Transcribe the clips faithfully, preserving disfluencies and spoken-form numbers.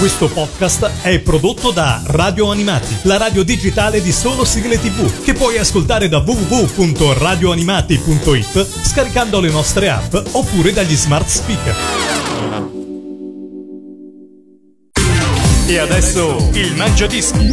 Questo podcast è prodotto da Radio Animati, la radio digitale di solo sigle tivù, che puoi ascoltare da w w w punto radio animati punto i t scaricando le nostre app oppure dagli smart speaker. E adesso il Mangiadischi.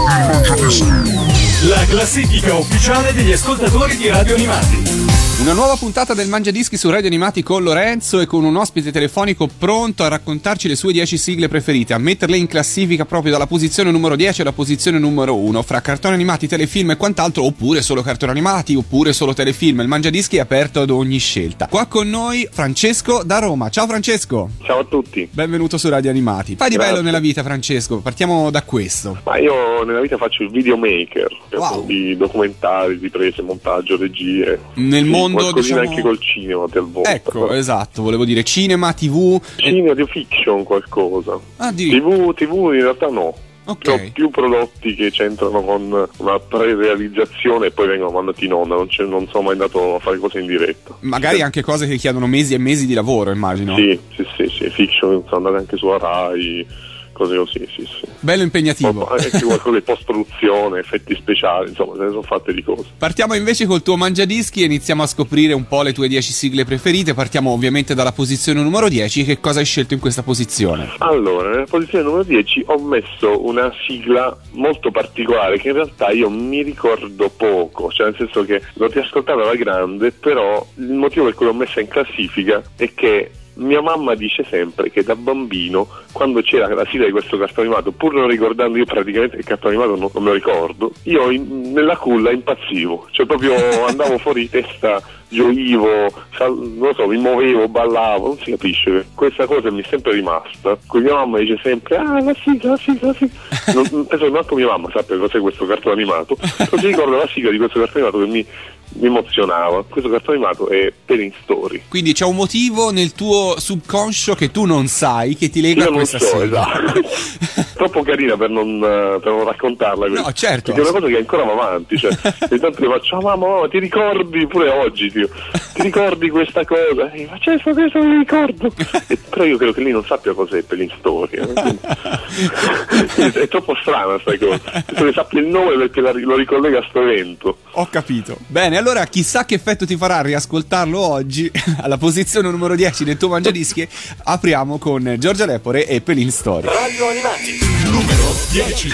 La classifica ufficiale degli ascoltatori di Radio Animati. Una nuova puntata del Mangiadischi su Radio Animati con Lorenzo e con un ospite telefonico pronto a raccontarci le sue dieci sigle preferite, a metterle in classifica proprio dalla posizione numero dieci alla posizione numero uno, fra cartoni animati, telefilm e quant'altro, oppure solo cartoni animati, oppure solo telefilm. Il Mangiadischi è aperto ad ogni scelta. Qua con noi Francesco da Roma. Ciao Francesco. Ciao a tutti. Benvenuto su Radio Animati. Fai di Grazie. bello nella vita, Francesco? Partiamo da questo. Ma io nella vita faccio il videomaker, Wow. di documentari, riprese, montaggio, regie. Nel Sì, mondo, qualcosina diciamo... anche col cinema talvolta. Ecco, esatto, volevo dire cinema, tivù... Cinema di fiction qualcosa. Ah, di... TV, TV in realtà no. Ok. Ho più prodotti che c'entrano con una pre-realizzazione e poi vengono mandati in onda, non, c'è, non sono mai andato a fare cose in diretta. Magari Sì. anche cose che chiedono mesi e mesi di lavoro, immagino. Sì, sì, sì, sì, fiction sono andate anche sulla Rai, cose così, sì, sì. Bello impegnativo. Poi anche qualcosa di post-produzione, effetti speciali, insomma, se ne sono fatte di cose. Partiamo invece col tuo Mangiadischi e iniziamo a scoprire un po' le tue dieci sigle preferite. Partiamo ovviamente dalla posizione numero dieci. Che cosa hai scelto in questa posizione? Allora, nella posizione numero dieci ho messo una sigla molto particolare che in realtà io mi ricordo poco, cioè nel senso che l'ho riascoltata alla grande, però il motivo per cui l'ho messa in classifica è che mia mamma dice sempre che da bambino, quando c'era la sigla di questo cartone animato, pur non ricordando io praticamente il cartone animato non, non me lo ricordo, io in, nella culla impazzivo, cioè proprio andavo fuori di testa, gioivo, sal, non lo so, mi muovevo, ballavo, non si capisce, questa cosa mi è sempre rimasta. Quindi mia mamma dice sempre, ah la sigla, la sigla, la sigla. Non, penso che manco mia mamma sappia cos'è questo cartone animato, non si ricorda la sigla di questo cartone animato che mi, mi emozionava. Questo cartone animato è Penny Story. Quindi c'è un motivo nel tuo subconscio che tu non sai, che ti lega Io a non questa so, sigla. esatto. Troppo carina per non, per non raccontarla. No, certo. Perché è una cosa che ancora va avanti. Cioè, ogni tanto io faccio, ah, mamma, mamma, ti ricordi pure oggi, tio? Ti ricordi questa cosa? E io faccio, questo, questo mi ricordo. E, però io credo che lei non sappia cos'è Penny Story. Eh? Quindi, è troppo strana sta cosa. Penso che sappia il nome perché la, lo ricollega a sto evento. Ho capito. Bene, allora chissà che effetto ti farà riascoltarlo oggi alla posizione numero dieci del tuo Mangiadischi. Apriamo con Giorgia Lepore e Pelin Story. Radio Animati, numero dieci.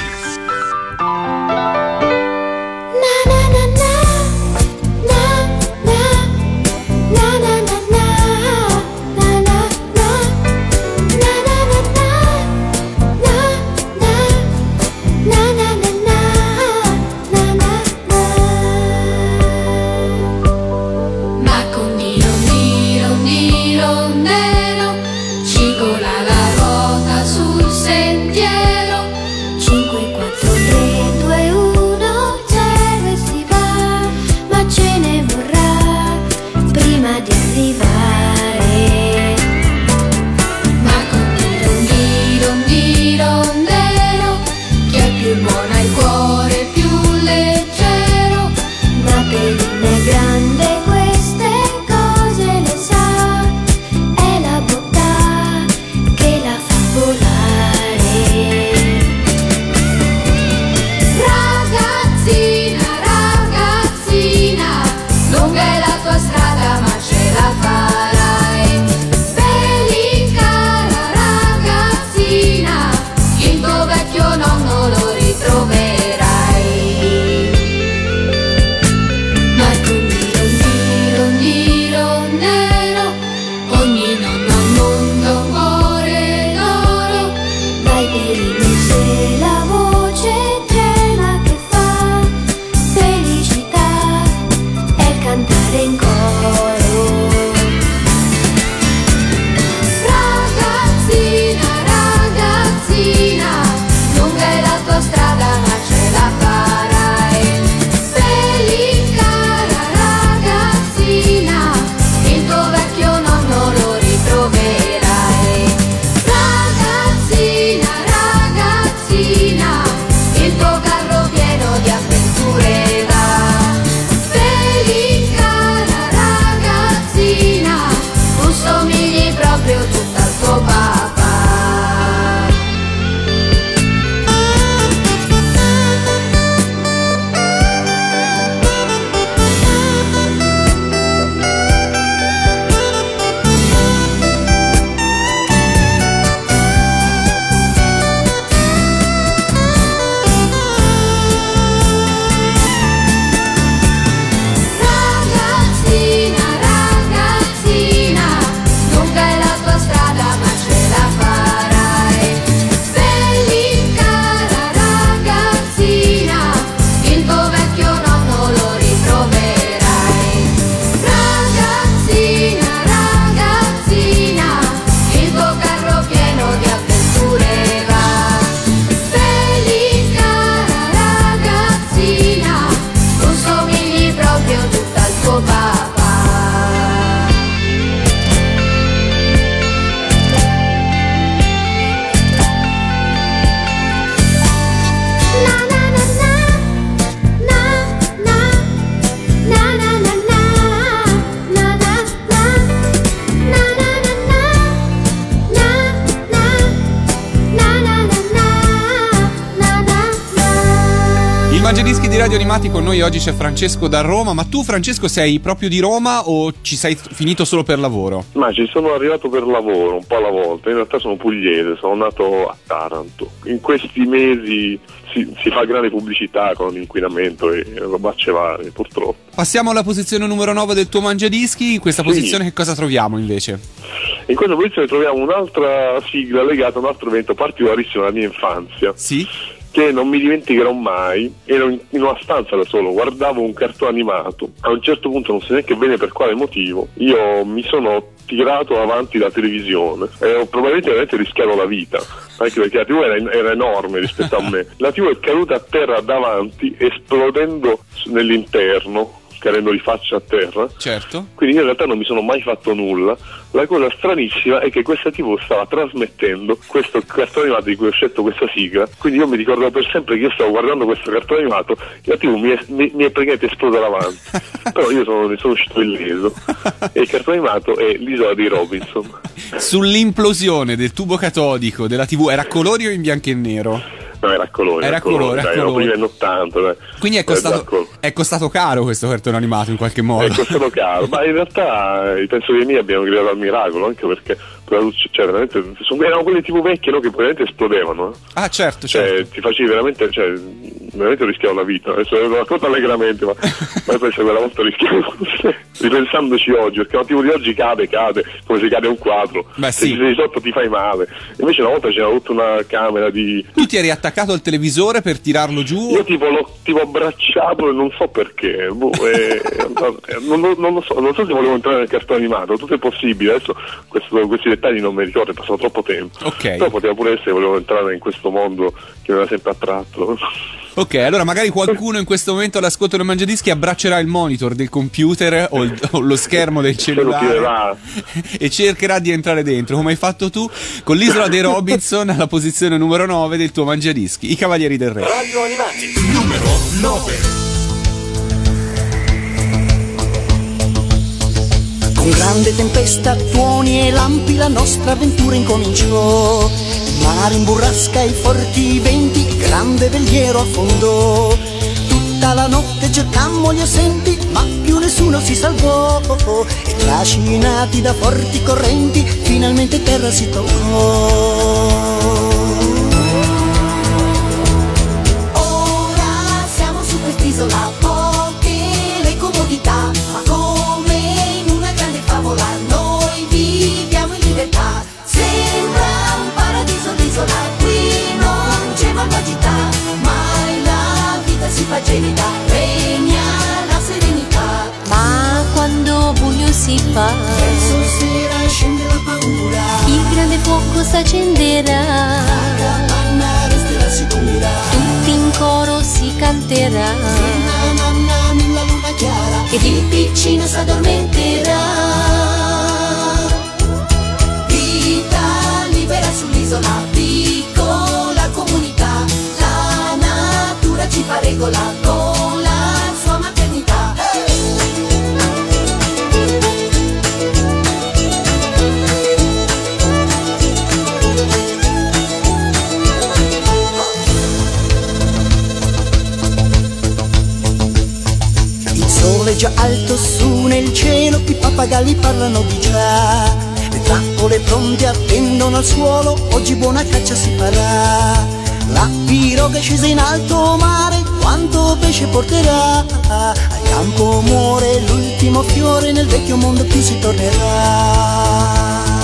cinque, quattro, tre, due, uno Mangiadischi di Radio Animati, con noi oggi c'è Francesco da Roma. Ma tu, Francesco, sei proprio di Roma o ci sei finito solo per lavoro? Ma ci sono arrivato per lavoro, un po' alla volta. In realtà sono pugliese, sono nato a Taranto. In questi mesi si, si fa grande pubblicità con l'inquinamento e robacce varie, purtroppo. Passiamo alla posizione numero nove del tuo Mangiadischi. In questa Sì. posizione che cosa troviamo invece? In questa posizione troviamo un'altra sigla legata a un altro evento particolarissimo della mia infanzia, Sì? che non mi dimenticherò mai. Ero in, in una stanza da solo, guardavo un cartone animato. A un certo punto, non so neanche bene per quale motivo, io mi sono tirato avanti la televisione e ho probabilmente veramente rischiato la vita, anche perché la tivù era, era enorme rispetto a me. La tivù è caduta a terra davanti, esplodendo nell'interno, cadendo di faccia a terra. Certo. Quindi io in realtà non mi sono mai fatto nulla. La cosa stranissima è che questa tivù stava trasmettendo questo cartone animato di cui ho scelto questa sigla. Quindi io mi ricordo per sempre che io stavo guardando questo cartone animato e la tivù mi è, mi, mi è praticamente esplosa davanti. Però io sono, ne sono uscito illeso. E il cartone animato è L'isola dei Robinson. Sull'implosione del tubo catodico della tivù, era a colori o in bianco e nero? No, era a colore. Era a colore, dai, a erano colore. primi anni ottanta. Dai. Quindi è Era già a costato, colore. è costato caro questo cartone animato in qualche modo. È costato caro, ma in realtà eh, penso che i miei abbiano gridato al miracolo, anche perché la luce, cioè, veramente, sono, erano quelle tipo vecchie, no, che veramente esplodevano. Eh. Ah, certo, Cioè, certo. ti facevi veramente, cioè, veramente rischiavo la vita. Adesso lo racconto allegramente, ma, ma penso che quella volta rischiavo. Ripensandoci oggi, perché un tipo di oggi cade, cade, come se cade un quadro. Beh, Se sì. ci sei sotto ti fai male. Invece una volta c'era tutta una camera di. Tu ti eri attaccato al televisore per tirarlo giù? Io tipo l'ho tipo abbracciato e non so perché. Boh, e, non, non, non lo so, non so se volevo entrare nel cartone animato, tutto è possibile. Adesso questo, questi dettagli non mi ricordo, è passato troppo tempo. Ok. Però poteva pure essere che volevo entrare in questo mondo che mi aveva sempre attratto. Ok, allora magari qualcuno in questo momento all'ascolto del Mangiadischi abbraccerà il monitor del computer o, il- o lo schermo del Se lo cellulare tirerà. e cercherà di entrare dentro, come hai fatto tu con l'Isola dei Robinson alla posizione numero nove del tuo Mangiadischi, I Cavalieri del Re. Radio Animati, numero nove. Con grande tempesta, tuoni e lampi la nostra avventura incominciò. Il mare in burrasca e i forti venti, grande veliero affondò. Tutta la notte cercammo gli assenti, ma più nessuno si salvò. E trascinati da forti correnti, finalmente terra si toccò. Ora siamo su quest'isola, poche le comodità, ma come in una grande favola noi viviamo in libertà. Sembra un paradiso l'isola, qui non c'è malvagità, mai la vita si fa gelida, regna la serenità. Ma quando buio si fa, Verso sera scende la paura, il grande fuoco s'accenderà, la panna resterà sicura. tutti in coro si canterà, Na na na nella luna chiara, Ed il piccino s'addormenterà. Vita libera sull'isola, piccola comunità, la natura ci fa regola con la sua maternità. il sole già alto su nel cielo, i pappagalli parlano di già. Le trappole pronte attendono al suolo, oggi buona caccia si farà. La piroga è scesa in alto mare, quanto pesce porterà. Al campo muore l'ultimo fiore, nel vecchio mondo più si tornerà.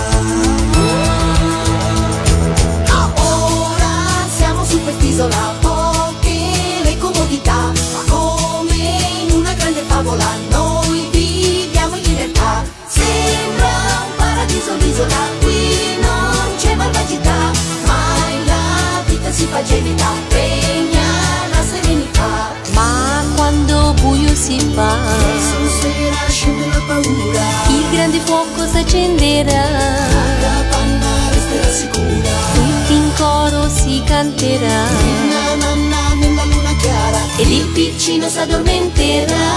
Ora siamo su quest'isola, poche le comodità, ma come in una grande favola noi viviamo in libertà. Sembra un paradiso l'isola, qui non c'è malvagità, mai la vita si fa gelida, regna la serenità. ma quando buio si fa, Verso sera scende la paura, il grande fuoco s'accenderà, la panna resterà sicura. tutti in coro si canterà, Na na na nella luna chiara, Ed il piccino s'addormenterà.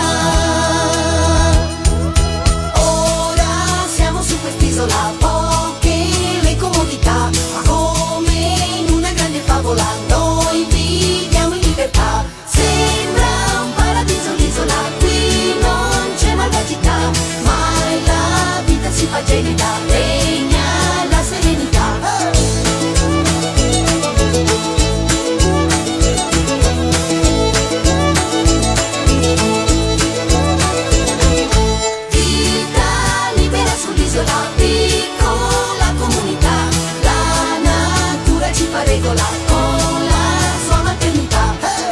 Ora siamo su quest'isola, poche le comodità, ma come in una grande favola noi viviamo in libertà. Sembra rigola con la sua maternità.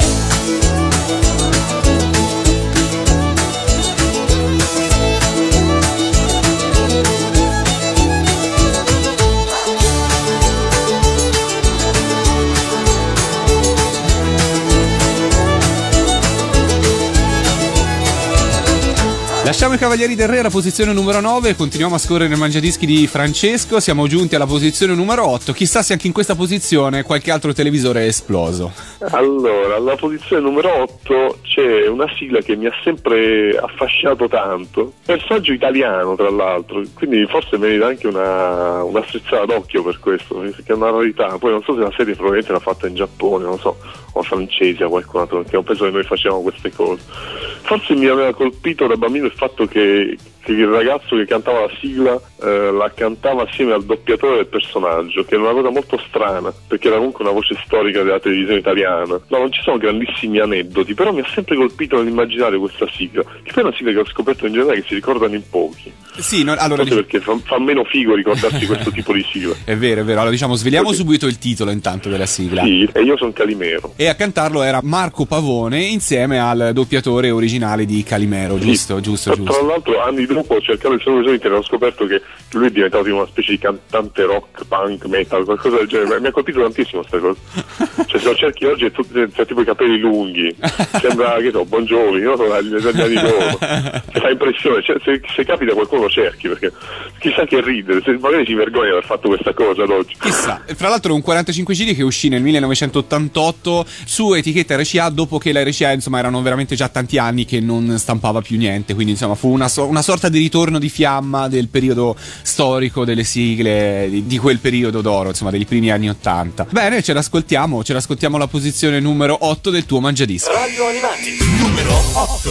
Lasciamo i Cavalieri del Re alla posizione numero nove, continuiamo a scorrere nel mangiadischi di Francesco, siamo giunti alla posizione numero otto, chissà se anche in questa posizione qualche altro televisore è esploso. Allora, alla posizione numero otto c'è una sigla che mi ha sempre affascinato tanto, personaggio italiano tra l'altro, quindi forse merita anche una, una strizzata d'occhio per questo, perché è una rarità. Poi non so se la serie probabilmente l'ha fatta in Giappone, non so, o francese o qualcun altro, perché non penso che noi facevamo queste cose. Forse mi aveva colpito da bambino il fatto che, che il ragazzo che cantava la sigla eh, la cantava assieme al doppiatore del personaggio, che è una cosa molto strana, perché era comunque una voce storica della televisione italiana. No, non ci sono grandissimi aneddoti, però mi ha sempre colpito nell'immaginare questa sigla, che poi è una sigla che ho scoperto in generale che si ricordano in pochi. Sì, no, allora forse perché fa, fa meno figo ricordarsi questo tipo di sigla. È vero, è vero. Allora diciamo, sveliamo Così. subito il titolo intanto della sigla. Sì, e io sono Calimero. E a cantarlo era Marco Pavone insieme al doppiatore originale di Calimero, giusto, Sì. giusto, Tra, giusto. tra l'altro anni dopo, cercando il suo internet, ho scoperto che lui è diventato tipo una specie di cantante rock, punk, metal, qualcosa del genere. Mi ha colpito tantissimo questa cosa. Cioè se lo cerchi oggi è tutto, c'è tipo i capelli lunghi, sembra che so, Bon Jovi, non so, dagli dagli anni loro. Che fa impressione, cioè, se, se capita qualcuno lo cerchi, perché chissà che ridere, se magari si vergogna di aver fatto questa cosa ad oggi. Chissà. Fra l'altro è un quarantacinque giri che uscì nel millenovecentottantotto su etichetta R C A, dopo che la R C A insomma erano veramente già tanti anni che non stampava più niente, quindi insomma fu una, so- una sorta di ritorno di fiamma del periodo storico delle sigle di, di quel periodo d'oro, insomma degli primi anni ottanta. Bene, ce l'ascoltiamo, ce l'ascoltiamo alla posizione numero otto del tuo mangiadischi. Radio Animati, numero otto.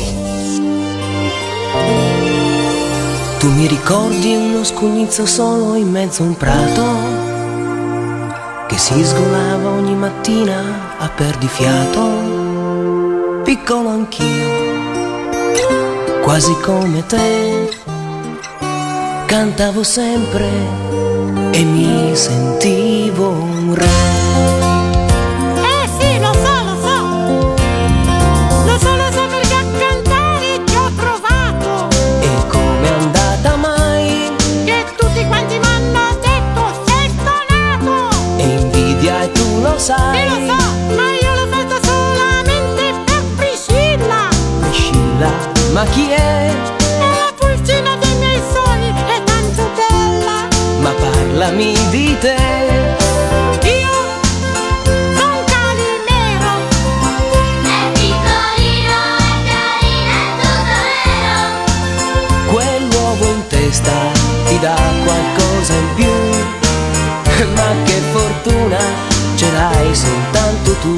Tu mi ricordi uno scugnizzo solo in mezzo a un prato che si sgolava ogni mattina a perdifiato, piccolo anch'io, quasi come te, cantavo sempre e mi sentivo un re. Eh sì, lo so, lo so. Lo so, lo so perché a cantare ti ho trovato. E come è andata mai? Che tutti quanti mi hanno detto sei stonato. E invidia e tu lo sai. E lo so, ma io l'ho fatto solamente per Priscilla. Priscilla, ma chi è? È la pulcina dei miei sogni, è tanto bella. Ma parlami di te. Io son Calimero. È piccolino, è carino, è tutto nero. Quell'uovo in testa ti dà qualcosa in più. Ma che fortuna ce l'hai soltanto tu.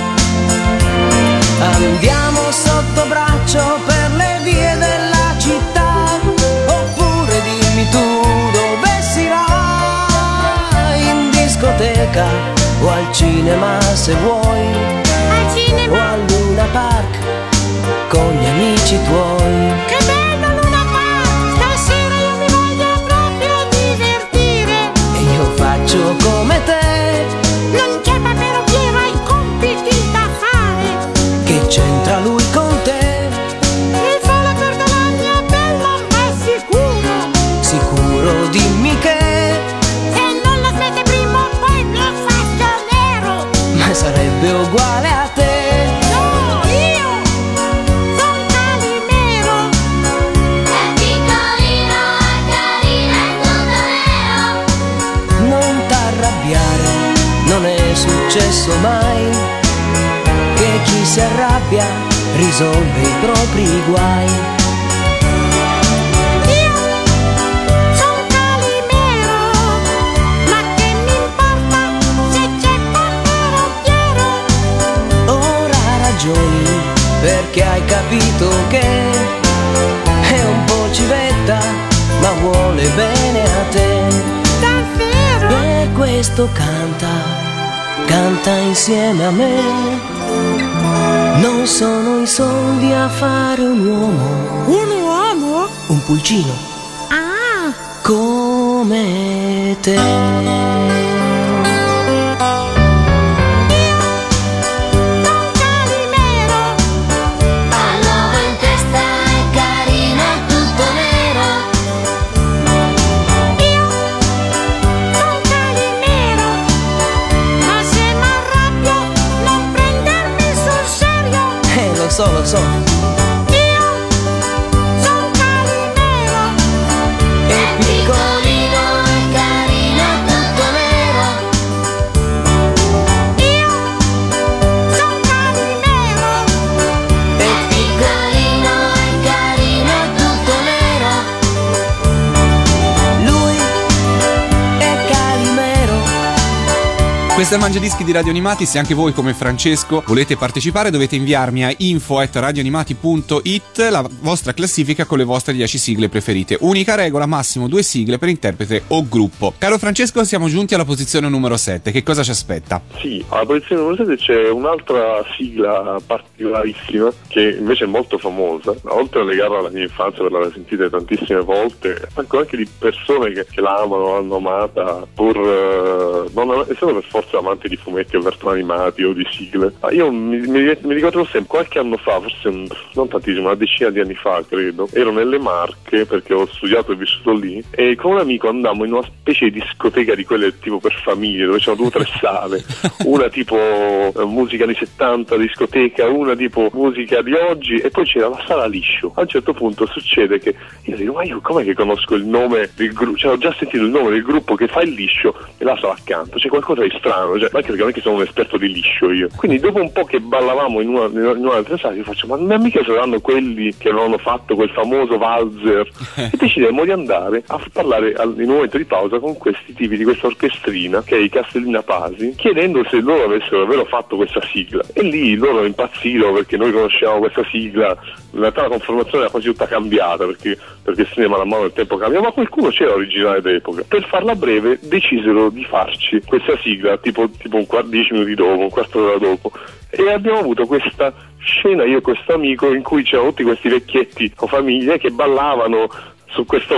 Andiamo sotto braccio per le vie della città, oppure dimmi tu dove si va, in discoteca o al cinema se vuoi, Al o cinema. al Luna Park con gli amici tuoi. Che bello Luna Park. Stasera io mi voglio proprio divertire. E io faccio come te, Non c'è papero pieno, hai compiti da fare. che c'entra lui con te? Il sole per domani è bello ma è sicuro. Sicuro, dimmi che, Se non la smette prima o poi lo faccio nero. ma sarebbe uguale a te. No, io son Calimero. È piccolino, è carino, è tutto nero. Non t'arrabbiare, non è successo mai che chi si arrabbia risolve i propri guai. Io son Calimero. Ma che mi importa se c'è Portero Piero? Ora ragioni perché hai capito che è un po' civetta ma vuole bene a te. Davvero? Per questo canta, canta insieme a me. Non sono i soldi a fare un uomo, Un uomo? un pulcino Ah, come te. so, lo so. Io son Calimero, È piccolino e carino, è tutto nero. io son Calimero, È piccolino e carino, è tutto nero. Lui è Calimero. Questo è il Mangiadischi di Radio Animati. Se anche voi come Francesco volete partecipare, dovete inviarmi a info at radioanimati punto it la vostra classifica con le vostre dieci sigle preferite. Unica regola, massimo due sigle per interprete o gruppo. Caro Francesco, siamo giunti alla posizione numero sette. Che cosa ci aspetta? Sì, alla posizione numero sette c'è un'altra sigla particolarissima che invece è molto famosa, oltre a legarla alla mia infanzia per l'aver sentita tantissime volte, anche, anche di persone che, che la amano, l'hanno amata, pur eh, non essendo per forza amanti di fumetti o cartoni animati o di sigle. Ma io mi, mi, mi ricordo sempre, qualche anno fa, forse un, non tantissimo, una decina di anni fa credo, ero nelle Marche perché ho studiato e vissuto lì, e con un amico andammo in una specie di discoteca di quelle tipo per famiglie, dove c'erano due o tre sale, una tipo eh, musica anni settanta, discoteca, una tipo musica di oggi, e poi c'era la sala liscio. A un certo punto succede che io dico, ma io com'è che conosco il nome del gruppo, cioè ho già sentito il nome del gruppo che fa il liscio e la sala accanto, c'è qualcosa di strano, cioè, anche perché non è che sono un esperto di liscio io. Quindi dopo un po' che ballavamo in una, in un'altra sala, io faccio, ma non mica saranno quelli che avevano fatto quel famoso valzer? E decidemmo di andare a parlare al, in un momento di pausa con questi tipi di questa orchestrina, che è i Castellina Pasi, chiedendo se loro avessero davvero fatto questa sigla. E lì loro impazzirono perché noi conoscevamo questa sigla. In realtà la conformazione era quasi tutta cambiata, perché, perché il cinema man mano il tempo cambia, ma qualcuno c'era originale d'epoca. Per farla breve decisero di farci questa sigla tipo, tipo un quarto, dieci minuti dopo, un quarto d'ora dopo, e abbiamo avuto questa scena, io e questo amico, in cui c'erano tutti questi vecchietti o famiglie che ballavano su questo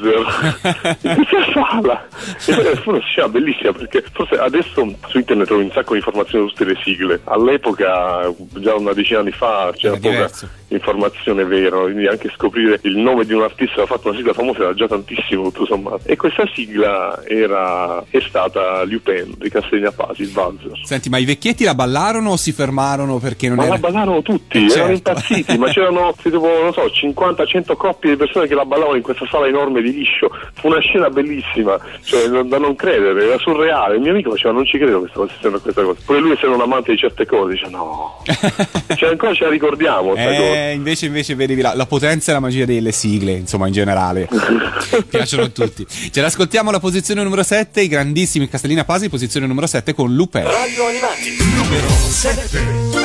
valzer in questa sala, e poi fu una scena bellissima, perché forse adesso su internet trovi un sacco di informazioni su tutte le sigle. All'epoca, già una decina di anni fa, c'era poca diverso. informazione vera, quindi anche scoprire il nome di un artista che ha fatto una sigla famosa era già tantissimo tutto sommato. E questa sigla era è stata Lupin di Castellina Pasi, il valzer. Senti, ma i vecchietti la ballarono o si fermarono perché non Ma era... la ballarono tutti, Eh, erano certo. impazziti, ma c'erano tipo, non so, cinquanta cento coppie di persone che la ballavano in questa sala enorme di liscio. Fu una scena bellissima, cioè non- da non credere, era surreale. Il mio amico faceva, non ci credo che stava assistendo a questa cosa. Pure lui, essendo un amante di certe cose, dice no, cioè ancora ce la ricordiamo sta cosa. Eh, invece, invece vedi la, la potenza e la magia delle sigle, insomma, in generale. Piacciono a tutti. Ce l'ascoltiamo alla posizione numero sette, i grandissimi Castellina Pasi, posizione numero sette con Lupin. Radio Animati, numero sette.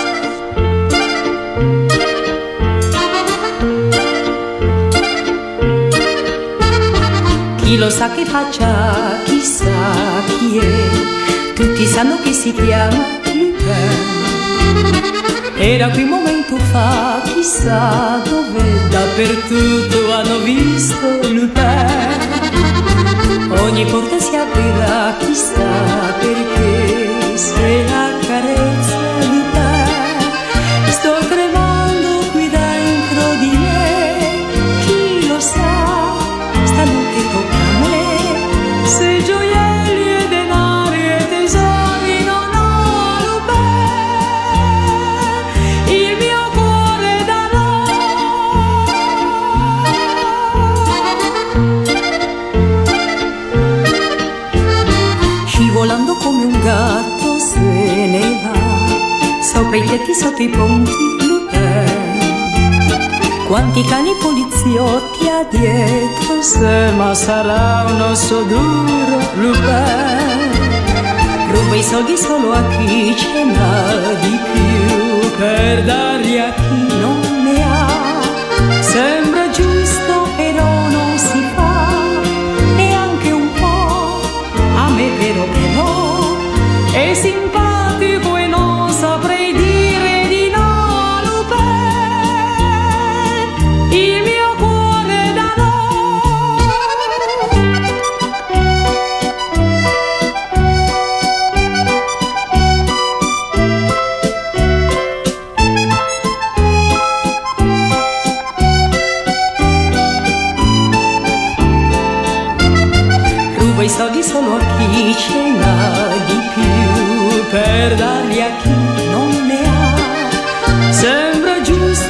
Chi lo sa che faccia, chissà chi è, tutti sanno che si chiama Lupin. Era qui un momento fa, chissà dove, dappertutto hanno visto Lupin. Ogni porta si aprirà, chissà perché, se la carezza Lupin. Sto tremando qui dentro di me, chi lo sa, stanotte tocca a me, se gioielli e denari e tesori non ho Lupin, il mio cuore darò. Scivolando come un gatto se ne va, sopra i tetti, sotto i ponti, Lupin. Quanti cani poliziotti ha dietro se, ma sarà un osso duro, Lupin. Ruba i soldi solo a chi ce n'ha di più, per darli a chi non ne ha. Sembra giusto però non si fa, neanche un po', a me però però è simpatico e non saprei dire di no a Lupin, il mio cuore darò. Ruba i soldi solo a chi ce n'ha di più, per darli a chi non ne ha. Sembra giusto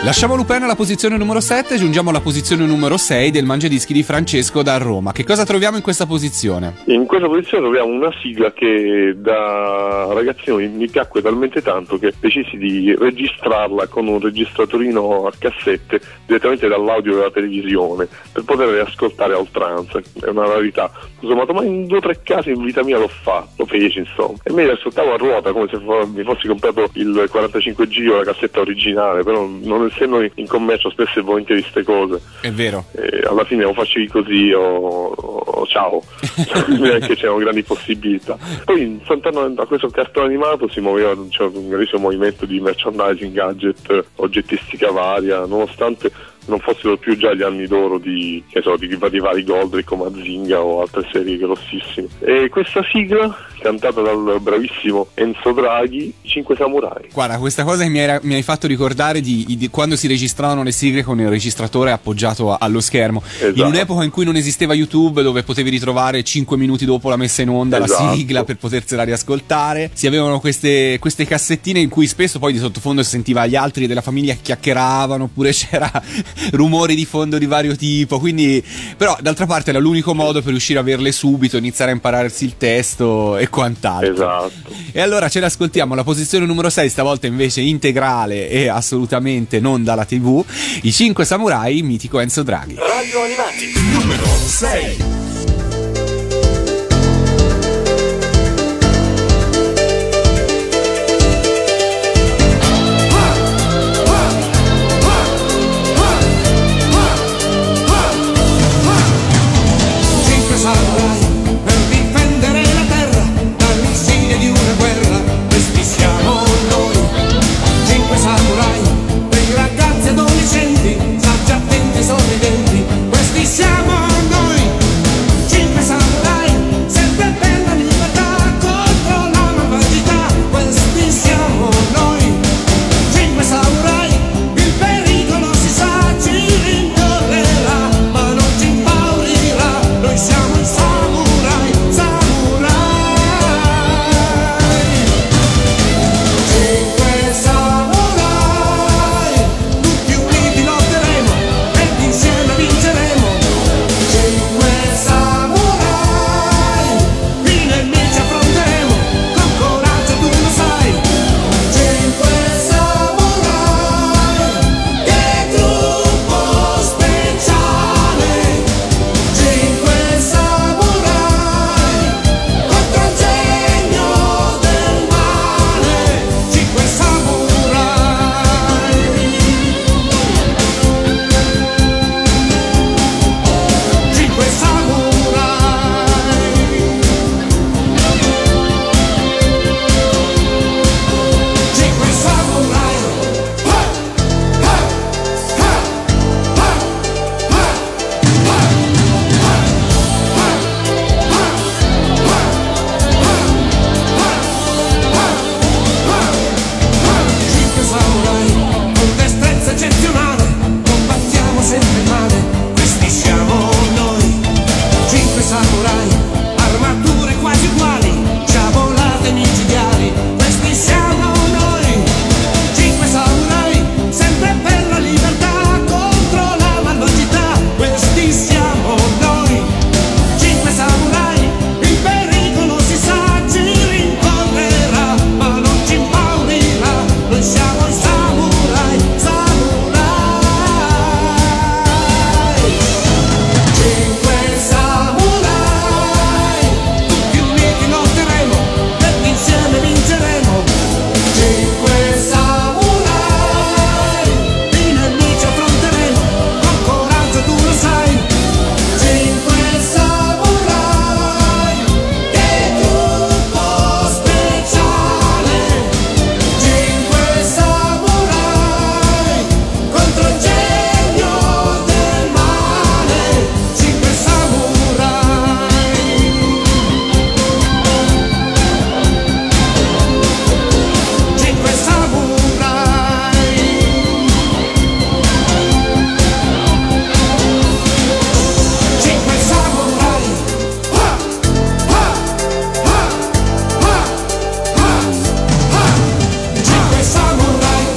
Lasciamo Lupin alla posizione numero sette, giungiamo alla posizione numero sei del Mangiadischi di Francesco da Roma. Che cosa troviamo in questa posizione? In questa posizione troviamo una sigla che da ragazzino mi, mi piacque talmente tanto che decisi di registrarla con un registratorino a cassette direttamente dall'audio della televisione per poter ascoltare a oltranza. È una rarità, insomma, ma in due o tre casi in vita mia l'ho fatto, lo feci insomma, e me li ascoltavo a ruota come se fo- mi fossi comprato il quarantacinque giro, la cassetta originale, però non essendo in commercio spesso e volentieri queste cose. È vero. Eh, alla fine o facevi così o, o ciao, neanche c'erano grandi possibilità. Poi intanto da questo cartone animato si muoveva, c'era un grandissimo movimento di merchandising, gadget, oggettistica varia, nonostante non fossero più già gli anni d'oro di, che so, di, di vari Goldrake o Mazinga o altre serie grossissime. E questa sigla, cantata dal bravissimo Enzo Draghi, I Cinque Samurai. Guarda, questa cosa mi, era, mi hai fatto ricordare di, di quando si registravano le sigle con il registratore appoggiato a, allo schermo. Esatto. In un'epoca in cui non esisteva YouTube, dove potevi ritrovare cinque minuti dopo la messa in onda Esatto. la sigla per potersela riascoltare, si avevano queste, queste cassettine in cui spesso poi di sottofondo si sentiva gli altri della famiglia che chiacchieravano, oppure c'era rumori di fondo di vario tipo, quindi però d'altra parte era l'unico modo per riuscire a averle subito, iniziare a impararsi il testo e quant'altro. Esatto. E allora ce l'ascoltiamo, la posizione numero sei, stavolta invece integrale e assolutamente non dalla tivù, I Cinque Samurai, mitico Enzo Draghi. Radio Animati numero sei. Sorridenti, questi siamo noi.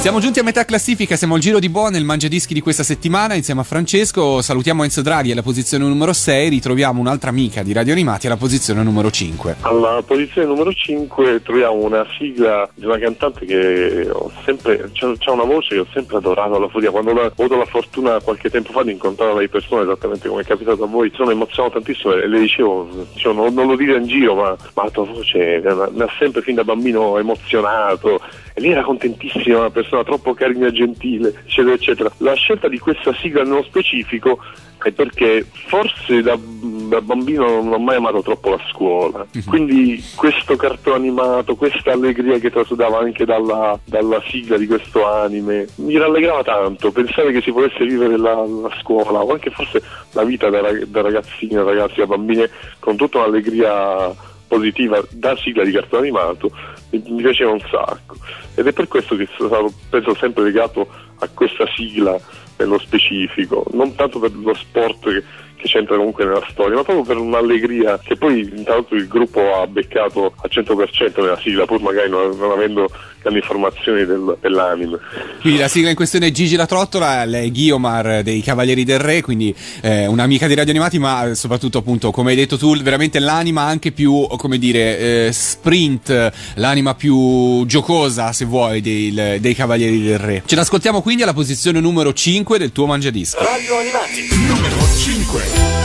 Siamo giunti a metà classifica, siamo al giro di boa nel Mangiadischi di questa settimana insieme a Francesco. Salutiamo Enzo Draghi alla posizione numero sei, ritroviamo un'altra amica di Radio Animati alla posizione numero cinque. Alla posizione numero cinque troviamo una sigla di una cantante che ho sempre, c'ha, c'ha una voce che ho sempre adorato alla follia. Quando ho avuto la fortuna qualche tempo fa di incontrarla di persona, esattamente come è capitato a voi, sono emozionato tantissimo e le dicevo, dicevo non, non lo dire in giro, ma, ma la tua voce mi ha sempre fin da bambino emozionato. E lei era contentissima, una persona troppo carina e gentile, eccetera, eccetera. La scelta di questa sigla nello specifico è perché forse da, da bambino non ho mai amato troppo la scuola, uh-huh. Quindi questo cartone animato, questa allegria che trasudava anche dalla, dalla sigla di questo anime, mi rallegrava tanto pensare che si potesse vivere la, la scuola o anche forse la vita da, da ragazzini, da ragazzi, da bambini con tutta un'allegria positiva da sigla di cartone animato. Mi, mi piaceva un sacco ed è per questo che sono, penso, sempre legato a questa sigla nello specifico, non tanto per lo sport che, che c'entra comunque nella storia, ma proprio per un'allegria che poi intanto il gruppo ha beccato al cento per cento nella sigla, pur magari non, non avendo grandi informazioni del, dell'anime. Quindi la sigla in questione è Gigi la Trottola, lei è Guiomar dei Cavalieri del Re, quindi eh, un'amica di Radio Animati, ma soprattutto appunto, come hai detto tu, veramente l'anima anche più, come dire, eh, sprint, l'anima più giocosa, se vuoi, dei, dei Cavalieri del Re. Ce l'ascoltiamo quindi alla posizione numero cinque del tuo Mangiadischi. Radio Animati, numero cinque.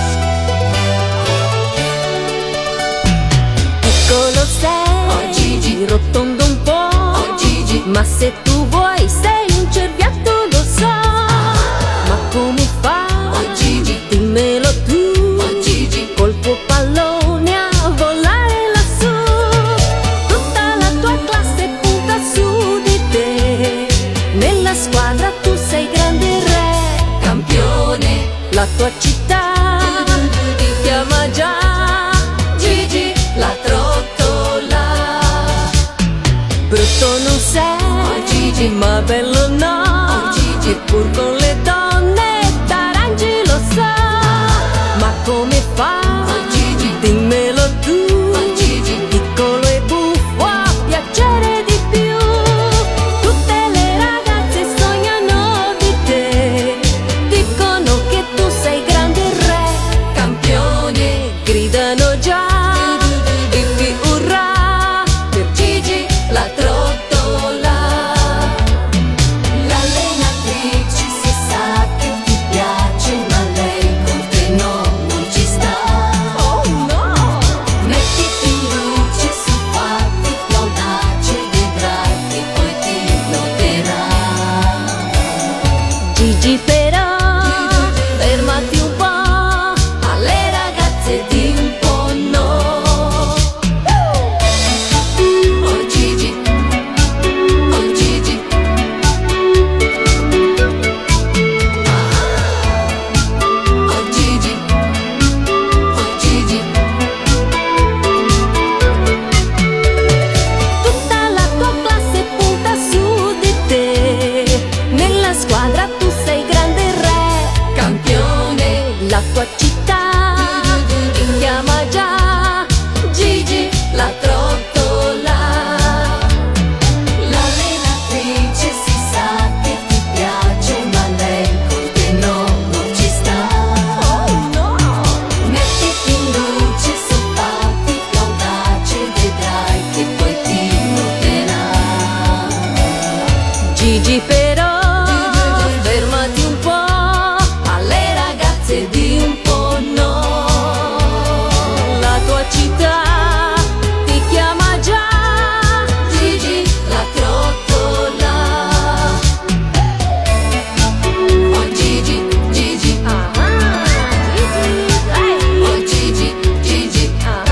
Piccolo sei, oh Gigi, rotondo un po', oh Gigi, ma se tu vuoi sei un cerbiatto, lo so, ma come fa, oh Gigi, dimmelo tu, oh Gigi, col tuo pallone a volare lassù, tutta la tua classe punta su di te, nella squadra tu sei grande re, campione, la tua città ti chiama già Gigi la Trottola. Brutto non sei, oh Gigi, ma bello no, oh Gigi, e pur con le donne t'arrangi, lo so, ma come fa, oh Gigi, dimmelo tu, oh Gigi, piccolo e buffo a piacere di più, tutte le ragazze sognano di te, dicono che tu sei grande re, campione, gridano già Vivi urrà per Gigi la Trottola. L'allenatrice si sa che ti piace, ma lei con te no, non ci sta. Oh no! Mettiti in luce, su fatti audace, vedrai che poi ti noterà. Gigi però, fermati un po', alle ragazze di un po' no. Oh Gigi, oh Gigi, oh Gigi, oh Gigi. Tutta la tua classe punta su di te, nella squadra tu sei grande re, campione, la tua città ti chiama già Gigi la Trottola. L'allenatrice si sa che ti piace, ma lei con te no, non ci sta. Oh no! Mettiti in luce, su fatti audace, vedrai che poi ti noterà. Gigi però, fermati un po', alle ragazze di un po' no. La tua città ti chiama già Gigi la Trottola. Oh Gigi, Gigi, ah Gigi, oh Gigi, Gigi, ah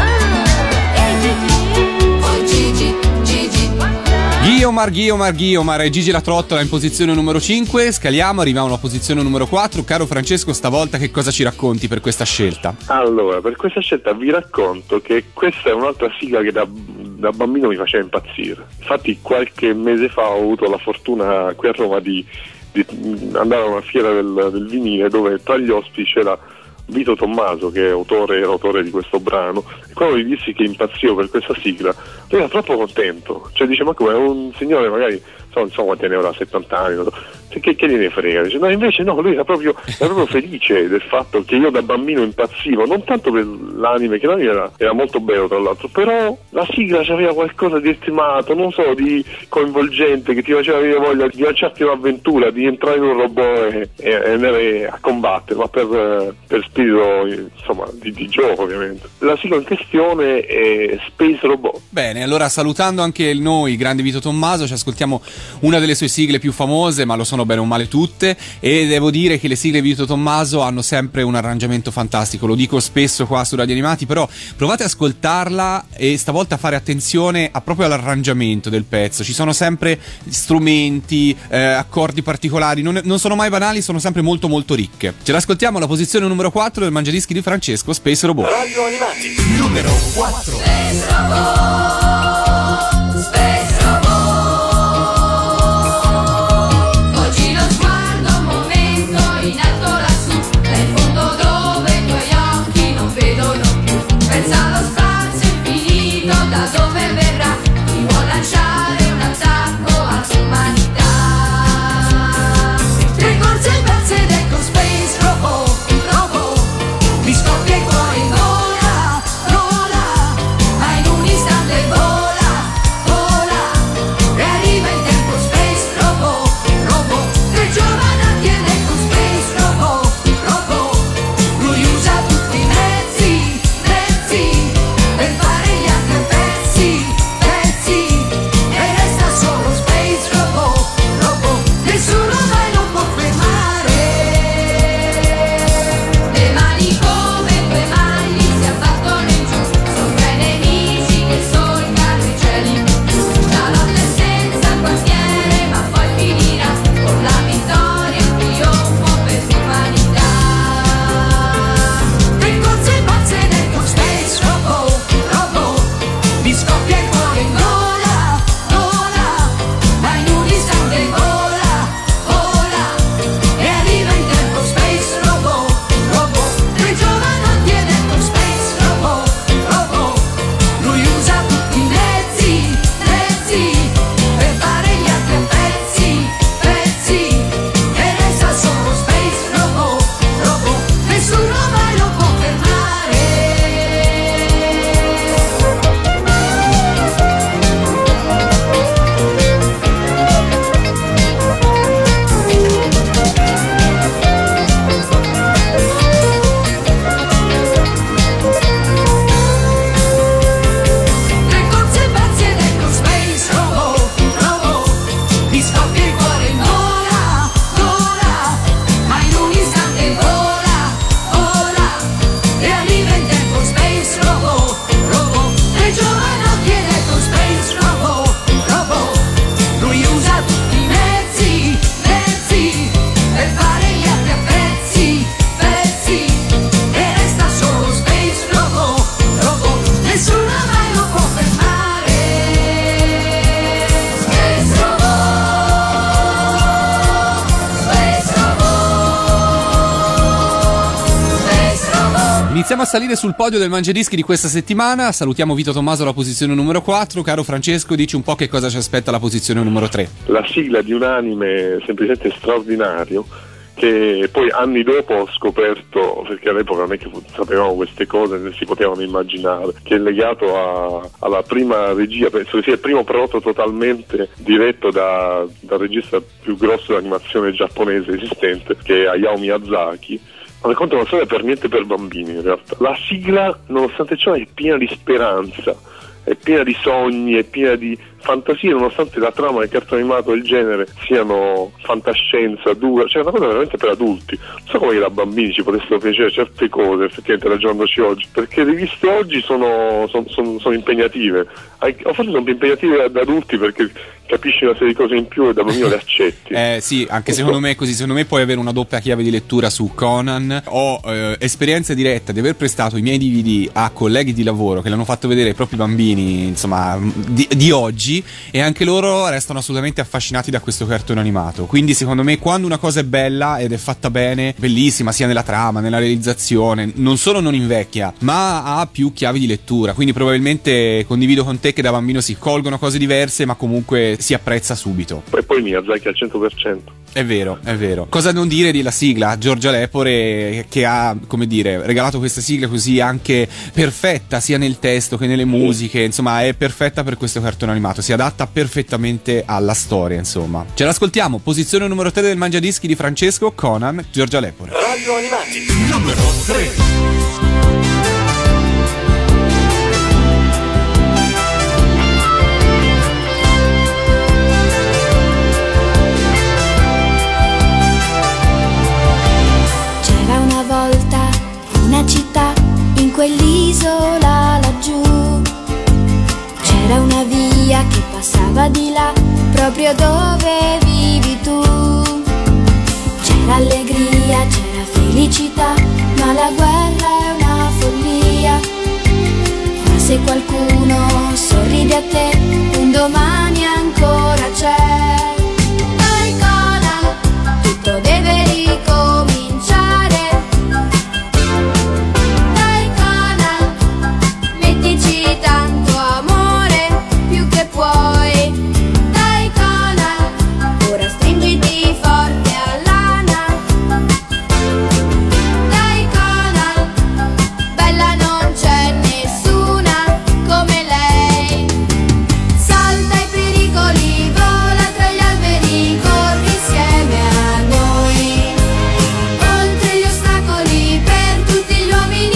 Gigi, oh Gigi, Gigi. Guiomar, Guiomar, Guiomar e Gigi la Trottola in posizione numero cinque. Scaliamo, arriviamo alla posizione numero quattro. Caro Francesco, stavolta che cosa ci racconti per questa scelta? Allora, per questa scelta vi racconto che questa è un'altra sigla che da, da bambino mi faceva impazzire. Infatti qualche mese fa ho avuto la fortuna qui a Roma di, di andare a una fiera del, del vinile dove tra gli ospiti c'era Vito Tommaso, che è autore e autore di questo brano, e quando gli dissi che impazzivo per questa sigla, lui era troppo contento, cioè dice ma come, è un signore magari, non so quanti ne avrà, settanta anni, non so, che, che gliene frega, dice no, invece no, lui era proprio, era proprio felice del fatto che io da bambino impazzivo, non tanto per l'anime, che l'anime era, era molto bello tra l'altro, però la sigla aveva qualcosa di estimato, non so, di coinvolgente, che ti faceva avere voglia di lanciarti un'avventura, di entrare in un robot e, e, e andare a combattere, ma per, per spirito insomma di, di gioco ovviamente. La sigla in questione è Space Robot. Bene, allora salutando anche noi, grande Vito Tommaso, ci ascoltiamo una delle sue sigle più famose, ma lo sono bene o male tutte, e devo dire che le sigle di Vito Tommaso hanno sempre un arrangiamento fantastico, lo dico spesso qua su Radio Animati, però provate ad ascoltarla e stavolta fare attenzione a proprio all'arrangiamento del pezzo, ci sono sempre strumenti, eh, accordi particolari, non, non sono mai banali, sono sempre molto molto ricche. Ce l'ascoltiamo alla posizione numero quattro del Mangiadischi di Francesco, Space Robot. Radio Animati, numero quattro. Space Robot, Space Robot. Oggi lo sguardo un momento in alto lassù, nel fondo dove i tuoi occhi non vedono più. Pensa allo spazio infinito, da dove verrà chi vuol lanciare un attacco all'umanità. Tre corse pazze ecco Space Robot, robot, mi scoppia il cuore in gola, gola, ma in un istante vola, vola, e arriva in tempo Space Robot, robot, tre giovanati ed ecco Space Robot, robot, lui usa tutti i mezzi, mezzi, per fare gli altri pezzi, pezzi, e resta solo Space Robot, robot, nessuno mai lo può fermare. Le mani come due maglie si abbattono in giù, sopra i nemici che solcano i cieli blu. La lotta è senza quartiere, ma poi finirà con la vittoria e il trionfo per l'umanità. Tre corse pazze ecco Space Robot, robot, mi scoppia il cuore in gola, gola, ma in un istante vola, vola, e arriva in tempo Space Robot, robot, tre giovanotti ed ecco Space Robot, robot, lui usa tutti i mezzi, mezzi, per fare gli altri a pezzi, pezzi, e resta solo Space Robot, robot, nessuno mai lo può fermare. Tre corse pazze ed ecco Space Robot, robot, mi scoppia il cuore in gola, gola, ma in un istante vola, vola, e arriva in tempo Space Robot, robot, tre giovanotti ed ecco Space Robot, robot, lui usa tutti i mezzi, mezzi, per fare gli altri a pezzi, pezzi, e resta solo Space Robot, robot, nessuno mai lo può fermare. Space Robot, Space Robot, Space Robot. Iniziamo a salire sul podio del Mangiadischi di questa settimana, salutiamo Vito Tommaso alla posizione numero quattro, caro Francesco, dici un po' che cosa ci aspetta alla posizione numero tre. La sigla di un anime semplicemente straordinario, che poi anni dopo ho scoperto, perché all'epoca non è che sapevamo queste cose, ne si potevano immaginare, che è legato a, alla prima regia, penso che sia il primo prodotto totalmente diretto da, dal regista più grosso dell'animazione giapponese esistente, che è Hayao Miyazaki. Ma racconta una storia per niente per bambini in realtà. La sigla, nonostante ciò, è piena di speranza, è piena di sogni, è piena di fantasia, nonostante la trama del cartone animato e il genere siano fantascienza dura, cioè è una cosa veramente per adulti. Non so come da bambini ci potessero piacere certe cose, effettivamente ragionandoci oggi, perché le viste oggi sono, sono, sono, sono impegnative, o forse sono più impegnative da adulti perché capisci una serie di cose in più e da bambino le accetti. Eh sì, anche secondo me è così, secondo me puoi avere una doppia chiave di lettura su Conan. Ho eh, esperienza diretta di aver prestato i miei D V D a colleghi di lavoro che l'hanno fatto vedere ai propri bambini, insomma, di, di oggi, oggi, e anche loro restano assolutamente affascinati da questo cartone animato. Quindi secondo me quando una cosa è bella ed è fatta bene, bellissima sia nella trama, nella realizzazione, non solo non invecchia, ma ha più chiavi di lettura. Quindi probabilmente condivido con te che da bambino si colgono cose diverse, ma comunque si apprezza subito. E poi Miyazaki al cento per cento. È vero, è vero. Cosa non dire della sigla? Giorgia Lepore, che ha, come dire, regalato questa sigla così anche perfetta sia nel testo che nelle musiche, insomma è perfetta per questo cartone animato, si adatta perfettamente alla storia, insomma. Ce l'ascoltiamo, posizione numero tre del Mangiadischi di Francesco, Conan, Giorgia Lepore. Radio Animati, numero tre. Una città in quell'isola laggiù, c'era una via che passava di là, proprio dove vivi tu. C'era allegria, c'era felicità, ma la guerra è una follia. Ma se qualcuno sorride a te, un domani ancora c'è. Dai Conan, tutto deve ricominciare. Tanto amore, più che puoi. Dai Conan, ora stringiti forte all'ana. Dai Conan, bella non c'è nessuna come lei. Salta i pericoli, vola tra gli alberi, corri insieme a noi. Oltre gli ostacoli, per tutti gli uomini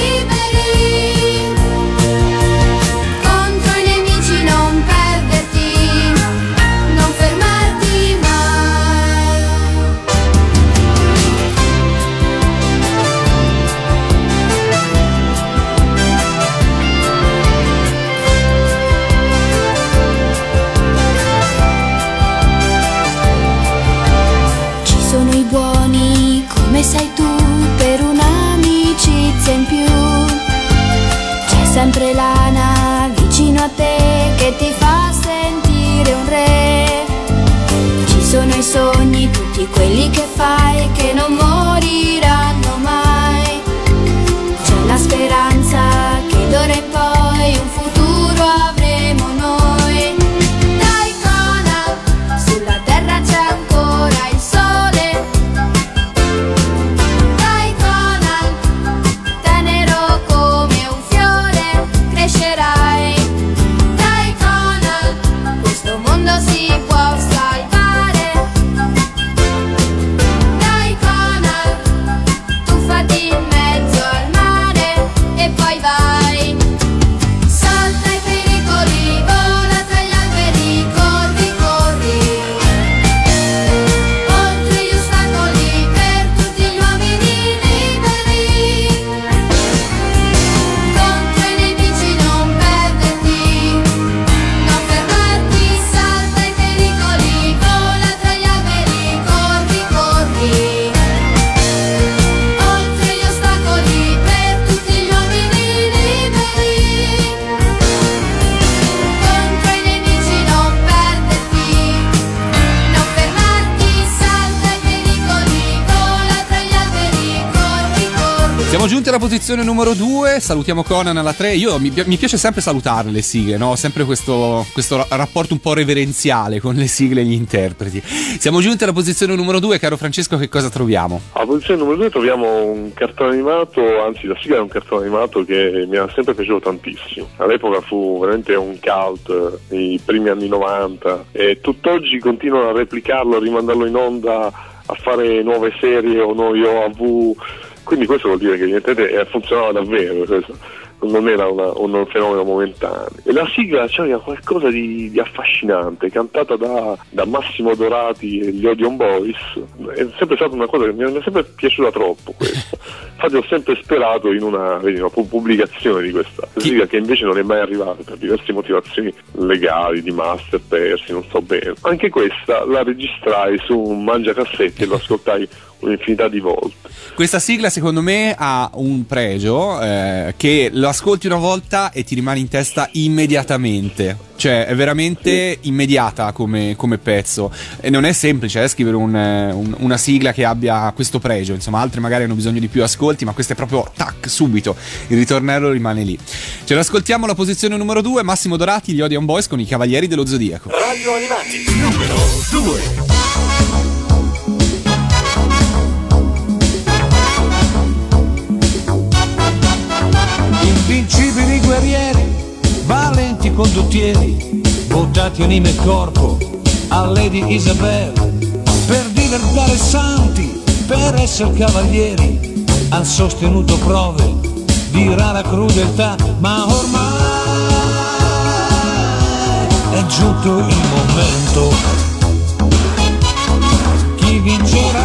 come sei tu, per un'amicizia in più. C'è sempre l'ana vicino a te che ti fa sentire un re. Ci sono i sogni, tutti quelli che fai, che non moriranno mai. C'è la speranza che d'ora in poi un futuro avremo noi. Dai Conan, sulla terra c'è ancora il sole. Si può salvare. Dai Conan, tuffati in mezzo al mare e poi vai. Salta i pericoli, vola tra gli alberi, corri, corri. Oltre gli ostacoli, per tutti gli uomini liberi. Contro i nemici non perderti, non fermarti. Salta i pericoli, vola tra gli alberi, corri, corri. Oltre gli ostacoli, per tutti gli uomini liberi. Contro i nemici non perderti, non fermarti. Salta i pericoli, vola tra gli alberi, corri, corri. Siamo giunti alla posizione numero due, salutiamo Conan alla tre. Io mi, mi piace sempre salutare le sigle, no? Sempre questo, questo rapporto un po' reverenziale con le sigle e gli interpreti. Siamo giunti alla posizione numero due, caro Francesco, che cosa troviamo? Alla posizione numero due troviamo un cartone animato, anzi la sigla è un cartone animato che mi ha sempre piaciuto tantissimo. All'epoca fu veramente un cult, nei primi anni novanta, e tutt'oggi continuano a replicarlo, a rimandarlo in onda, a fare nuove serie o nuovi O A V. Quindi questo vuol dire che evidentemente funzionava davvero, questo non era una, un fenomeno momentaneo. E la sigla c'era qualcosa di, di affascinante, cantata da, da Massimo Dorati e gli Odeon Boys. È sempre stata una cosa che mi è sempre piaciuta troppo questa. Infatti ho sempre sperato in una, vedi, una pubblicazione di questa sigla, che invece non è mai arrivata per diverse motivazioni legali, di master persi, non so bene. Anche questa la registrai su un mangiacassetti e lo ascoltai un'infinità di volte. Questa sigla secondo me ha un pregio, eh, che lo ascolti una volta e ti rimane in testa immediatamente. cioè è veramente immediata come, come pezzo, e non è semplice eh, scrivere un, un, una sigla che abbia questo pregio, insomma altri magari hanno bisogno di più ascolti, ma questo è proprio tac, subito, il ritornello rimane lì. Ce l'ascoltiamo alla posizione numero due, Massimo Dorati, gli Odeon Boys con i Cavalieri dello Zodiaco. Radio Animati numero due. Invincibili guerrieri, valenti condottieri, buttati anima e corpo a Lady Isabel, per diventare santi, per essere cavalieri, han sostenuto prove di rara crudeltà, ma ormai è giunto il momento. Chi vincerà?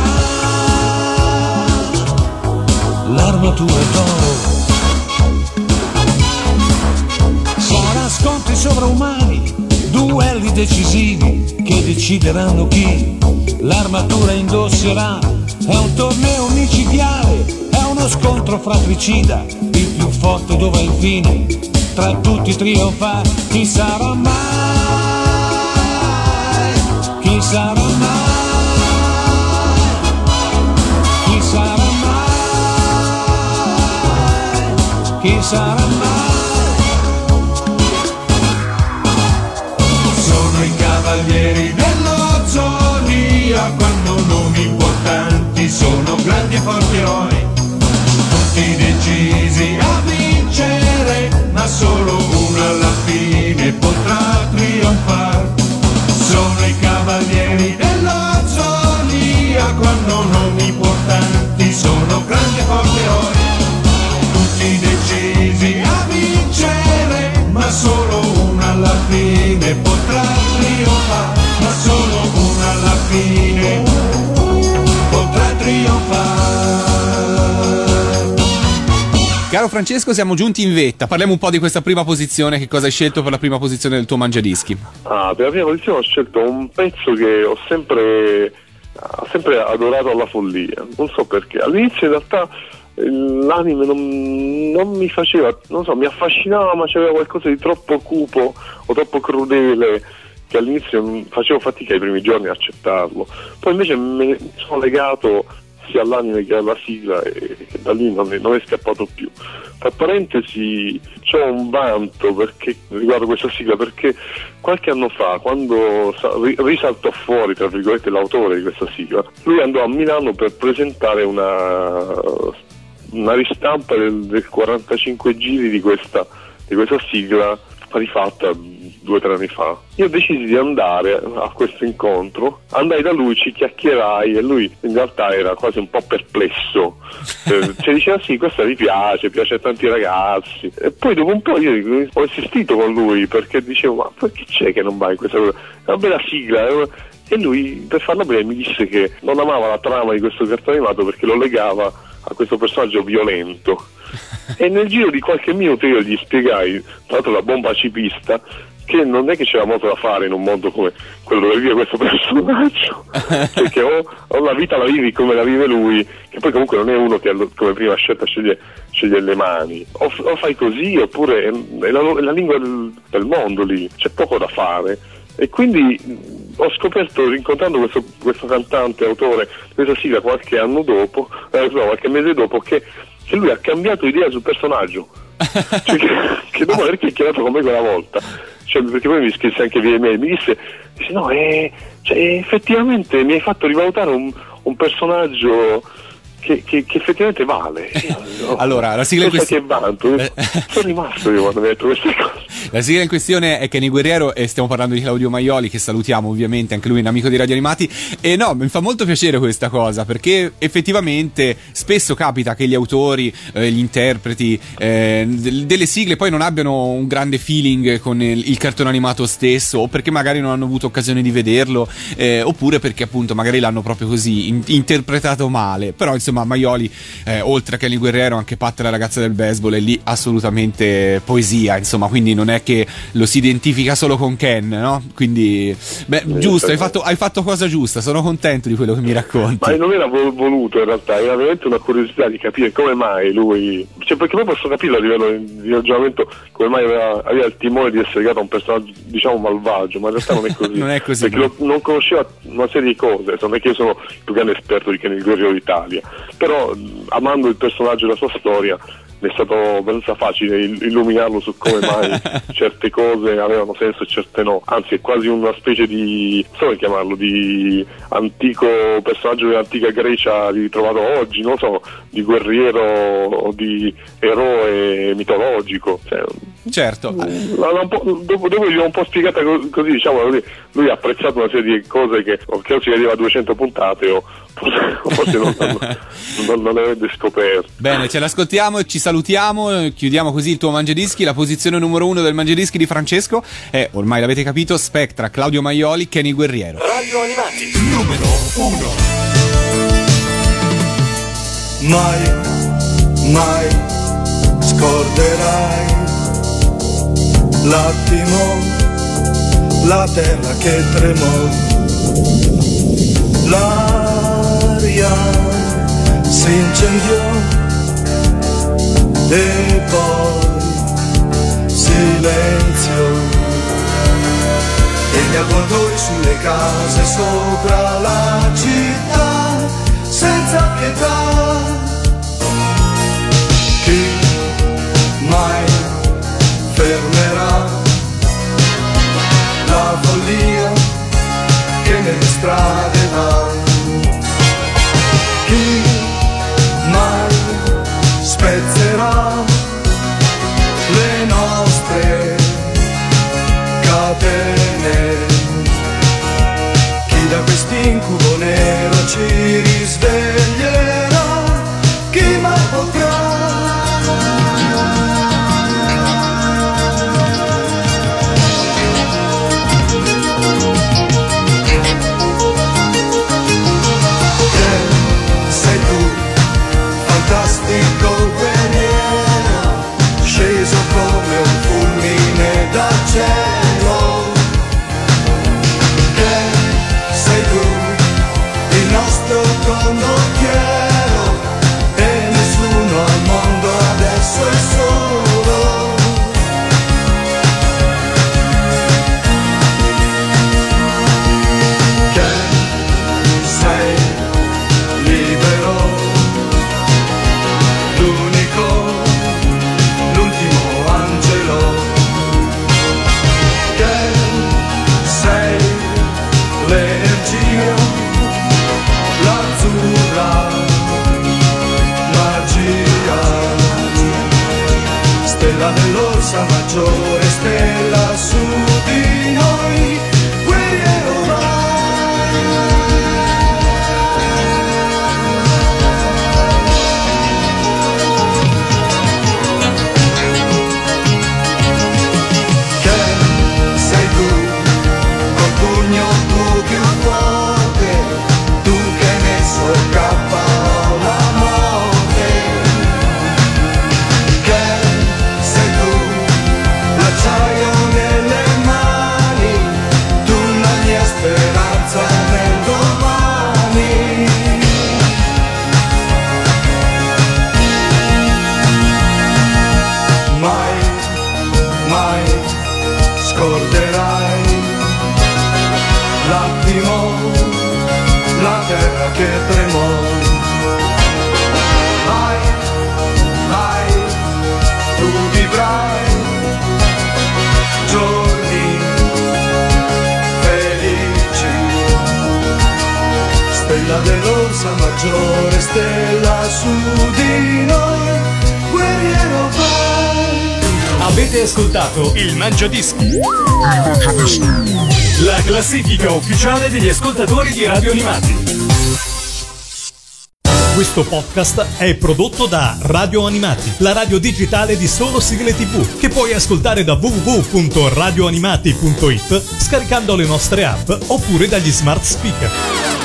L'armatura d'oro. Sarà scontri sovraumani, duelli decisivi che decideranno chi l'armatura indosserà. È un torneo micidiale, è uno scontro fratricida, il più forte dovrà infine tra tutti trionfare. Chi sarà mai? Chi sarà mai? Chi sarà mai? Chi sarà mai? Sono i cavalieri dello Zodiaco, hanno nomi importanti, sono grandi e forti eroi, tutti decisi a vincere, ma solo uno alla fine potrà trionfare. Sono i cavalieri dello Zodiaco, hanno nomi importanti, sono grandi e forti eroi, tutti decisi a vincere, ma solo uno alla fine potrà trionfare, ma solo uno alla fine potrà trionfare. Caro Francesco, siamo giunti in vetta, parliamo un po' di questa prima posizione, che cosa hai scelto per la prima posizione del tuo Mangiadischi? Ah, per la prima posizione ho scelto un pezzo che ho sempre, ho sempre adorato alla follia, non so perché, all'inizio in realtà l'anime non, non mi faceva, non so, mi affascinava, ma c'era qualcosa di troppo cupo o troppo crudele che all'inizio facevo fatica ai primi giorni a accettarlo. Poi invece me sono legato sia all'anime che alla sigla e da lì non è, non è scappato più. Tra parentesi c'ho un vanto perché, riguardo questa sigla, perché qualche anno fa, quando risaltò fuori tra virgolette l'autore di questa sigla, lui andò a Milano per presentare una una ristampa del, del quarantacinque giri di questa, di questa sigla rifatta due o tre anni fa. Io decisi di andare a questo incontro, andai da lui, ci chiacchierai e lui in realtà era quasi un po' perplesso, eh, cioè diceva sì, questa mi piace, piace a tanti ragazzi, e poi dopo un po' io ho insistito con lui perché dicevo ma perché c'è che non vai in questa cosa, è una bella sigla, eh? E lui per farla bene mi disse che non amava la trama di questo cartone animato perché lo legava a questo personaggio violento. E nel giro di qualche minuto io gli spiegai, tra l'altro da bomba cipista, che non è che c'era molto da fare in un mondo come quello dove vive questo personaggio, cioè che o, o la vita la vivi come la vive lui, che poi comunque non è uno che come prima scelta sceglie, sceglie le mani, o, o fai così oppure è la, è la lingua del, del mondo lì, c'è poco da fare. E quindi ho scoperto, rincontrando questo, questo cantante, autore di questa sigla qualche anno dopo, eh, no, qualche mese dopo, che, che lui ha cambiato idea sul personaggio, cioè che, che dopo aver chiacchierato con me quella volta, cioè, perché poi mi scrisse anche via email, mi disse, disse no, eh, cioè, effettivamente mi hai fatto rivalutare un, un personaggio Che, che, che effettivamente vale. Io, allora, la sigla in questione, che vanto, eh. sono rimasto io quando mi hai detto queste cose. La sigla in questione è Kenny Guerriero e stiamo parlando di Claudio Maioli, che salutiamo ovviamente, anche lui è un amico di Radio Animati. E no, mi fa molto piacere questa cosa, perché effettivamente spesso capita che gli autori, eh, gli interpreti eh, delle sigle poi non abbiano un grande feeling con il, il cartone animato stesso, o perché magari non hanno avuto occasione di vederlo, eh, oppure perché appunto magari l'hanno proprio così in, interpretato male. Però insomma insomma Maioli, eh, oltre a Kenny Guerriero, anche Pat la ragazza del baseball, è lì assolutamente poesia, insomma, quindi non è che lo si identifica solo con Ken, no? Quindi, beh, giusto, hai fatto, hai fatto cosa giusta, sono contento di quello che mi racconti. Ma non era vol- voluto in realtà, era veramente una curiosità di capire come mai lui, cioè perché poi posso capire a livello di ragionamento come mai aveva, aveva il timore di essere legato a un personaggio diciamo malvagio, ma in realtà non è così. Non è così, perché lo, non conosceva una serie di cose, non è che io sono il più grande esperto di Kenny Guerriero d'Italia, però amando il personaggio e la sua storia mi è stato abbastanza facile illuminarlo su come mai certe cose avevano senso e certe no, anzi è quasi una specie di, non so come chiamarlo, di antico personaggio dell'antica Grecia ritrovato oggi, non so, di guerriero o di eroe mitologico, cioè, certo. un po', dopo, dopo gli ho un po' spiegata così, diciamo così, lui ha apprezzato una serie di cose che che si vedeva a duecento puntate o forse non, non, non le avete scoperte. Bene, ce l'ascoltiamo e ci salutiamo, chiudiamo così il tuo Mangiadischi. La posizione numero uno del Mangiadischi di Francesco è, ormai l'avete capito, Spectra, Claudio Maioli, Kenny Guerriero. Radio Animati numero uno. Mai, mai scorderai l'attimo, la terra che tremò, l'aria si incendiò e poi silenzio e gli avvoltoi sulle case sopra la città senza pietà. Chi mai fermerà la follia che nelle strade va? Chi mai spezzerà le nostre catene? Chi da quest'incubo nero ci risveglierà? Chi mai potrà? Fantastico guerriero, sceso come un fulmine dal cielo. Che sei tu, il nostro condottiero, e nessuno al mondo adesso è solo. Che sei libero, l'unico, l'ultimo angelo, che sei l'energia, l'azzurra magia, stella dell'Orsa Maggiore, stella su di noi, guerriero vai. Che tremò, mai, mai tu vivrai giorni felici, stella dell'Orsa Maggiore, stella su di noi, guerriero vai. Avete ascoltato il Mangiadischi, la classifica ufficiale degli ascoltatori di Radio Animati. Questo podcast è prodotto da Radio Animati, la radio digitale di solo sigle tivù, che puoi ascoltare da w w w punto radio animati punto it scaricando le nostre app oppure dagli smart speaker.